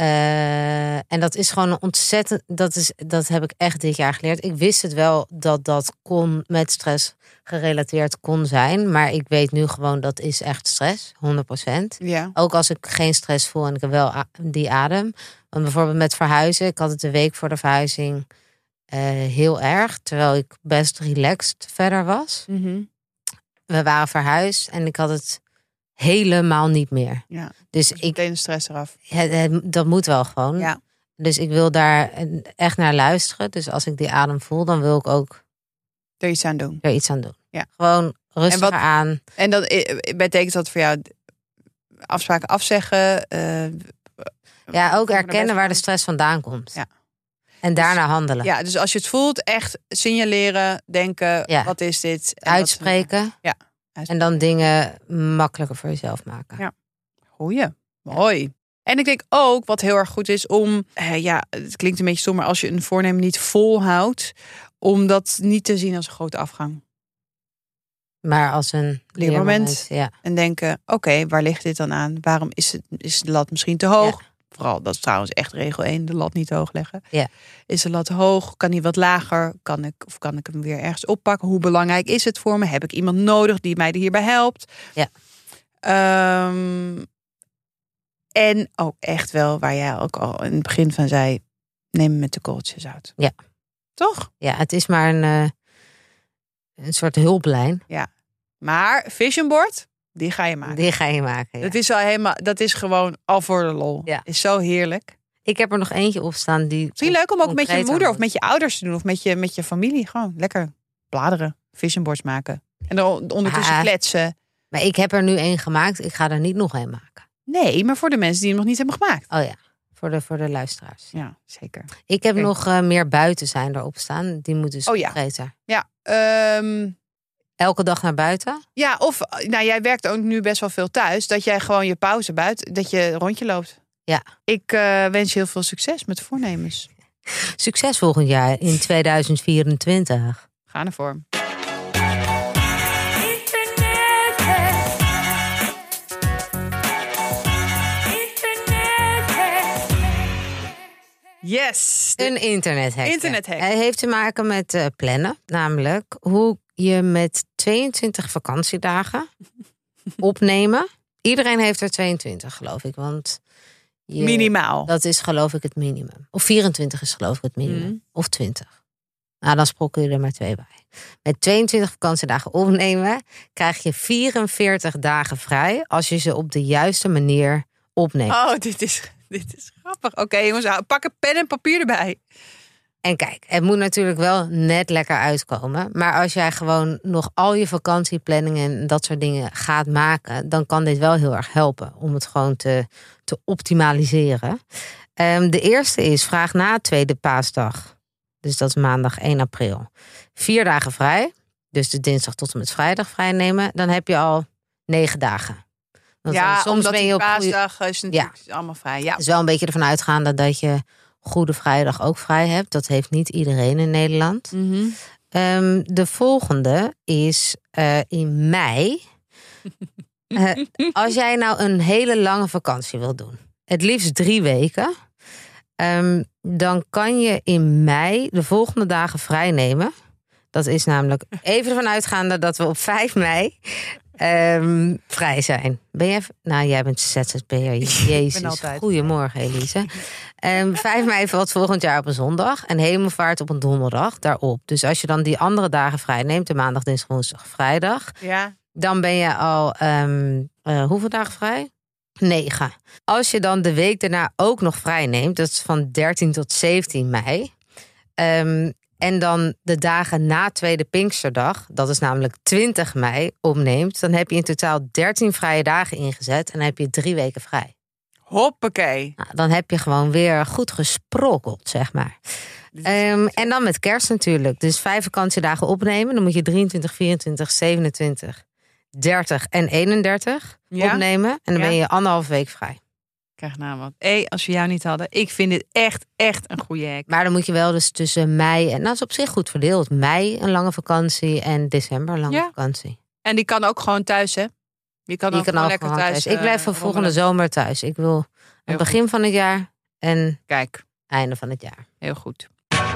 Uh, en dat is gewoon een ontzettend... Dat, is, dat heb ik echt dit jaar geleerd. Ik wist het wel dat dat kon met stress gerelateerd kon zijn. Maar ik weet nu gewoon dat is echt stress. honderd procent. Ja. Ook als ik geen stress voel en ik heb wel a- die adem. Want bijvoorbeeld met verhuizen. Ik had het de week voor de verhuizing uh, heel erg. Terwijl ik best relaxed verder was. Mm-hmm. We waren verhuisd en ik had het... helemaal niet meer. Ja, dus dus ik meteen de stress eraf. Het, het, dat moet wel gewoon. Ja. Dus ik wil daar echt naar luisteren. Dus als ik die adem voel, dan wil ik ook er iets aan doen. Er iets aan doen. Ja. Gewoon rustig wat, aan. En dat betekent dat voor jou afspraken afzeggen. Uh, ja, ook erkennen waar de stress vandaan komt. Ja. En daarna dus, handelen. Ja, dus als je het voelt, echt signaleren, denken, ja. wat is dit? En uitspreken. Dat, ja. En dan dingen makkelijker voor jezelf maken. Ja, goeie. Mooi. Ja. En ik denk ook, wat heel erg goed is om... Eh, ja, het klinkt een beetje stom, maar als je een voornemen niet volhoudt... om dat niet te zien als een grote afgang. Maar als een leermoment. Ja. En denken, oké, okay, waar ligt dit dan aan? Waarom is, het, is de lat misschien te hoog? Ja. Vooral, dat is trouwens echt regel één, de lat niet te hoog leggen. Ja. Is de lat te hoog? Kan die wat lager? Kan ik, of kan ik hem weer ergens oppakken? Hoe belangrijk is het voor me? Heb ik iemand nodig die mij hierbij helpt? Ja. Um, en ook echt wel, waar jij ook al in het begin van zei, neem met de korreltjes uit. Ja. Toch? Ja, het is maar een, uh, een soort hulplijn. Ja. Maar vision board, die ga je maken. Die ga je maken, ja. Dat is al helemaal, dat is gewoon al voor de lol. Ja. Is zo heerlijk. Ik heb er nog eentje op staan die... Misschien leuk om ook met je moeder of met je ouders te doen. Of met je, met je familie. Gewoon lekker bladeren. Vision boards maken. En er ondertussen ah, kletsen. Maar ik heb er nu één gemaakt. Ik ga er niet nog één maken. Nee, maar voor de mensen die hem nog niet hebben gemaakt. Oh ja, voor de, voor de luisteraars. Ja, zeker. Ik heb okay. nog uh, meer buiten zijn erop staan. Die moet dus oh, concreter. Ja, ja um... elke dag naar buiten? Ja, of nou, jij werkt ook nu best wel veel thuis. Dat jij gewoon je pauze buiten, dat je rondje loopt. Ja. Ik uh, wens je heel veel succes met de voornemens. Succes volgend jaar in tweeduizend vierentwintig. Ga ervoor. Yes. De Een internethack. internethack. Hij heeft te maken met uh, plannen. Namelijk hoe je met tweeëntwintig vakantiedagen opnemen. Iedereen heeft er tweeëntwintig, geloof ik. Want je, Minimaal. Dat is geloof ik het minimum. Of vierentwintig is geloof ik het minimum. Mm. Of twintig. Nou, dan sprokkel je er maar twee bij. Met tweeëntwintig vakantiedagen opnemen krijg je vierenveertig dagen vrij als je ze op de juiste manier opneemt. Oh, dit is, dit is grappig. Oké, okay, jongens, pak een pen en papier erbij. En kijk, het moet natuurlijk wel net lekker uitkomen. Maar als jij gewoon nog al je vakantieplanningen en dat soort dingen gaat maken, dan kan dit wel heel erg helpen om het gewoon te, te optimaliseren. Um, de eerste is vraag na tweede paasdag. Dus dat is maandag één april. Vier dagen vrij. Dus de dinsdag tot en met vrijdag vrij nemen. Dan heb je al negen dagen. Want ja, soms omdat ben je die op paasdag is natuurlijk ja. allemaal vrij. Ja. Het is wel een beetje ervan uitgaande dat je Goede Vrijdag ook vrij hebt. Dat heeft niet iedereen in Nederland. Mm-hmm. Um, de volgende is uh, in mei. uh, als jij nou een hele lange vakantie wil doen. Het liefst drie weken. Um, dan kan je in mei de volgende dagen vrij nemen. Dat is namelijk even ervan uitgaande dat we op vijf mei um, vrij zijn. Ben jij? Nou, jij bent Z Z P'er. Jezus. Goedemorgen, Elise. Um, vijf mei valt volgend jaar op een zondag. En Hemelvaart op een donderdag daarop. Dus als je dan die andere dagen vrij neemt, de maandag, dinsdag, woensdag, vrijdag. Ja. Dan ben je al um, uh, hoeveel dagen vrij? Negen. Als je dan de week daarna ook nog vrij neemt, dat is van dertien tot zeventien mei. Um, en dan de dagen na tweede Pinksterdag, dat is namelijk twintig mei, opneemt, dan heb je in totaal dertien vrije dagen ingezet en dan heb je drie weken vrij. Hoppakee. Nou, dan heb je gewoon weer goed gesprokkeld, zeg maar. Um, en dan met kerst natuurlijk. Dus vijf vakantiedagen opnemen. Dan moet je drieëntwintig, vierentwintig, zevenentwintig, dertig en eenendertig ja? opnemen. En dan ja? ben je anderhalf week vrij. Krijg nou wat. Hé, als we jou niet hadden. Ik vind dit echt, echt een goede hack. Maar dan moet je wel dus tussen mei en... Nou, dat is op zich goed verdeeld. Mei een lange vakantie en december een lange ja. vakantie. En die kan ook gewoon thuis, hè? Die kan die ook kan gewoon ook lekker gewoon thuis. thuis. Ik blijf van volgende zomer thuis. Ik wil het begin goed. van het jaar en Kijk. einde van het jaar. Heel goed.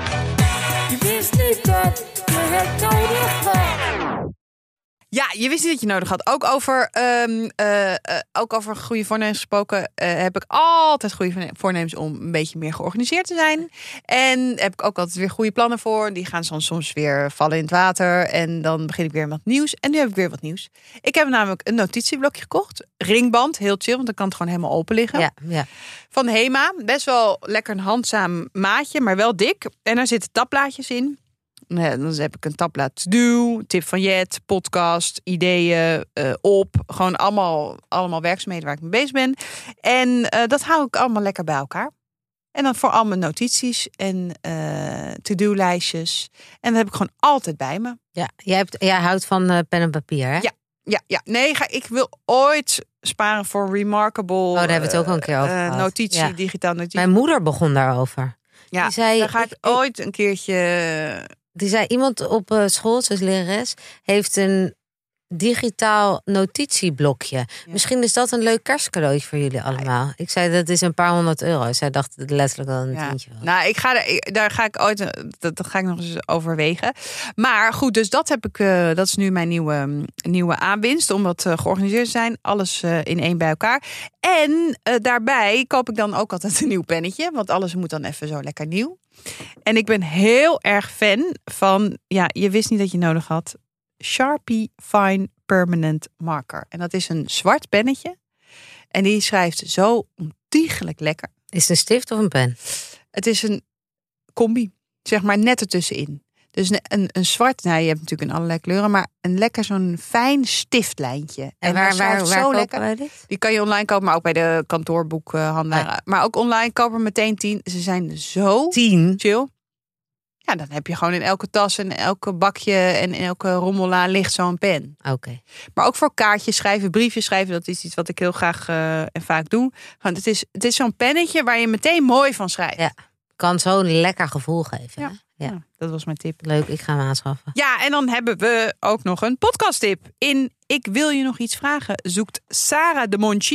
Je wist niet dat je het nodig had. Ja, je wist niet dat je nodig had. Ook over, um, uh, uh, ook over goede voornemens gesproken uh, heb ik altijd goede voornemens om een beetje meer georganiseerd te zijn. En heb ik ook altijd weer goede plannen voor. Die gaan soms, soms weer vallen in het water. En dan begin ik weer met wat nieuws. En nu heb ik weer wat nieuws. Ik heb namelijk een notitieblokje gekocht. Ringband, heel chill, want dan kan het gewoon helemaal open liggen. Ja, ja. Van Hema. Best wel lekker een handzaam maatje, maar wel dik. En daar zitten tabblaadjes in. Nee, dan heb ik een tabblad to-do, tip van Jet, podcast, ideeën, uh, op. Gewoon allemaal, allemaal werkzaamheden waar ik mee bezig ben. En uh, dat hou ik allemaal lekker bij elkaar. En dan voor al mijn notities en uh, to-do-lijstjes. En dat heb ik gewoon altijd bij me. Ja, jij, hebt, jij houdt van uh, pen en papier, hè? Ja, ja, ja. Nee, ga, ik wil ooit sparen voor Remarkable. Oh, daar hebben we het ook al een keer over uh, gehad. Notitie, ja. digitaal notitie. Mijn moeder begon daarover. Ja, die zei, daar ga ik, ik ooit een keertje... Die zei, iemand op uh, school, zoals lerares, heeft een digitaal notitieblokje. Ja. Misschien is dat een leuk kerstcadeautje voor jullie allemaal. Ja. Ik zei, dat is een paar honderd euro. Zij dacht letterlijk wel een ja. tientje was. Nou, ik ga er, daar ga ik ooit, dat, dat ga ik nog eens overwegen. Maar goed, dus dat heb ik, uh, dat is nu mijn nieuwe, nieuwe aanwinst, om wat uh, georganiseerd te zijn. Alles uh, in één bij elkaar. En uh, daarbij koop ik dan ook altijd een nieuw pennetje, want alles moet dan even zo lekker nieuw. En ik ben heel erg fan van, ja, je wist niet dat je nodig had, Sharpie Fine Permanent Marker. En dat is een zwart pennetje. En die schrijft zo ontiegelijk lekker. Is het een stift of een pen? Het is een combi, zeg maar net ertussenin. Dus een, een, een zwart, nou je hebt natuurlijk in allerlei kleuren, maar een lekker zo'n fijn stiftlijntje. En, en waar, waar, waar zo kopen lekker. wij dit? Die kan je online kopen, maar ook bij de kantoorboekhandelaar. Ja. Maar ook online kopen meteen tien. Ze zijn zo tien. Chill. Ja, dan heb je gewoon in elke tas en elke bakje en in elke rommela ligt zo'n pen. Oké. Okay. Maar ook voor kaartjes schrijven, briefjes schrijven, dat is iets wat ik heel graag uh, en vaak doe. Want het is, het is zo'n pennetje waar je meteen mooi van schrijft. Ja, kan zo'n lekker gevoel geven. Ja. Hè? Ja. Ja, dat was mijn tip. Leuk, ik ga hem aanschaffen. Ja, en dan hebben we ook nog een podcasttip. In Ik wil je nog iets vragen zoekt Sarah de Monchi.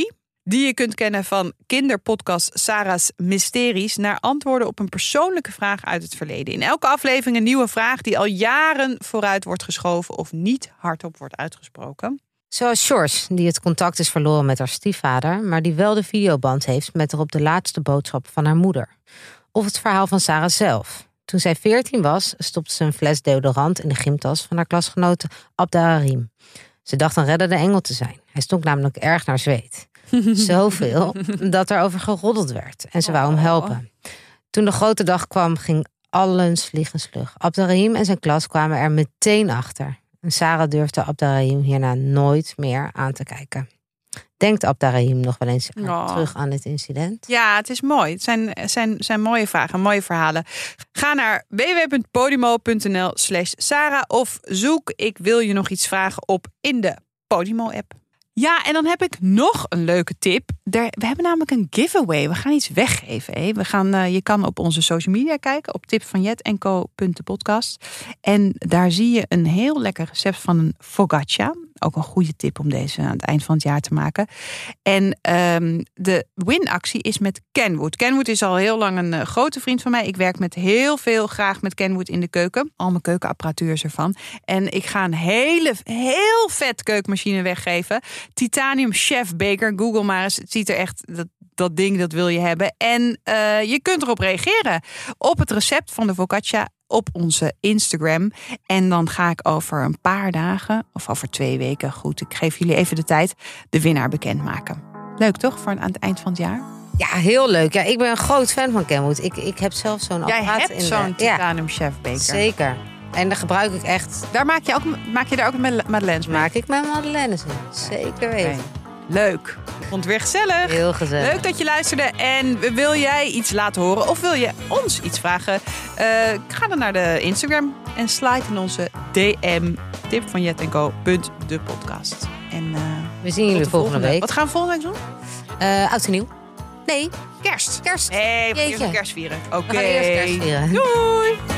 die je kunt kennen van kinderpodcast Sarah's Mysteries, naar antwoorden op een persoonlijke vraag uit het verleden. In elke aflevering een nieuwe vraag die al jaren vooruit wordt geschoven of niet hardop wordt uitgesproken. Zoals Sjors, die het contact is verloren met haar stiefvader, maar die wel de videoband heeft met erop de laatste boodschap van haar moeder. Of het verhaal van Sarah zelf. Toen zij veertien was, stopte ze een fles deodorant in de gymtas van haar klasgenote Abderrahim. Ze dacht een reddende engel te zijn. Hij stonk namelijk erg naar zweet. Zoveel dat er over geroddeld werd en ze wou hem helpen. Toen de grote dag kwam, ging alles vliegensvlug. Abderrahim en zijn klas kwamen er meteen achter. En Sarah durfde Abderrahim hierna nooit meer aan te kijken. Denkt Abderrahim nog wel eens Oh. terug aan dit incident? Ja, het is mooi. Het zijn, zijn, zijn mooie vragen, mooie verhalen. Ga naar w w w punt podimo punt n l slash Sarah of zoek Ik wil je nog iets vragen op in de Podimo-app. Ja, en dan heb ik nog een leuke tip. Daar, we hebben namelijk een giveaway. We gaan iets weggeven. Hè? We gaan, uh, je kan op onze social media kijken. Op tip van jet en co punt de podcast. En daar zie je een heel lekker recept van een focaccia. Ook een goede tip om deze aan het eind van het jaar te maken. En um, de winactie is met Kenwood. Kenwood is al heel lang een uh, grote vriend van mij. Ik werk met heel veel graag met Kenwood in de keuken. Al mijn keukenapparatuur is ervan. En ik ga een hele, heel vet keukenmachine weggeven. Titanium Chef Baker. Google maar eens. Het ziet er echt... Dat, dat ding, dat wil je hebben. En uh, je kunt erop reageren. Op het recept van de focaccia op onze Instagram. En dan ga ik over een paar dagen, of over twee weken, goed, ik geef jullie even de tijd, de winnaar bekendmaken. Leuk toch, voor aan het eind van het jaar? Ja, heel leuk. Ja, ik ben een groot fan van Kenwood. Ik, ik heb zelf zo'n Jij apparaat hebt in zo'n de... Ja, Titanium Chef Baker. zeker. En daar gebruik ik echt... Daar maak je, ook, maak je daar ook met madeleines mee? Maak ik mijn madeleines in. Zeker weten. Okay. Leuk. Ik vond het weer gezellig. Heel gezellig. Leuk dat je luisterde. En wil jij iets laten horen of wil je ons iets vragen? Uh, ga dan naar de Instagram en slide in onze D M. Tip van jet en co punt de podcast. En uh, we zien jullie volgende, volgende week. Wat gaan we volgende week doen? Uh, oud en nieuw. Nee. Kerst. Kerst. Nee, we gaan Jeetje. eerst kerst vieren. Oké. We gaan eerst kerst vieren. Doei.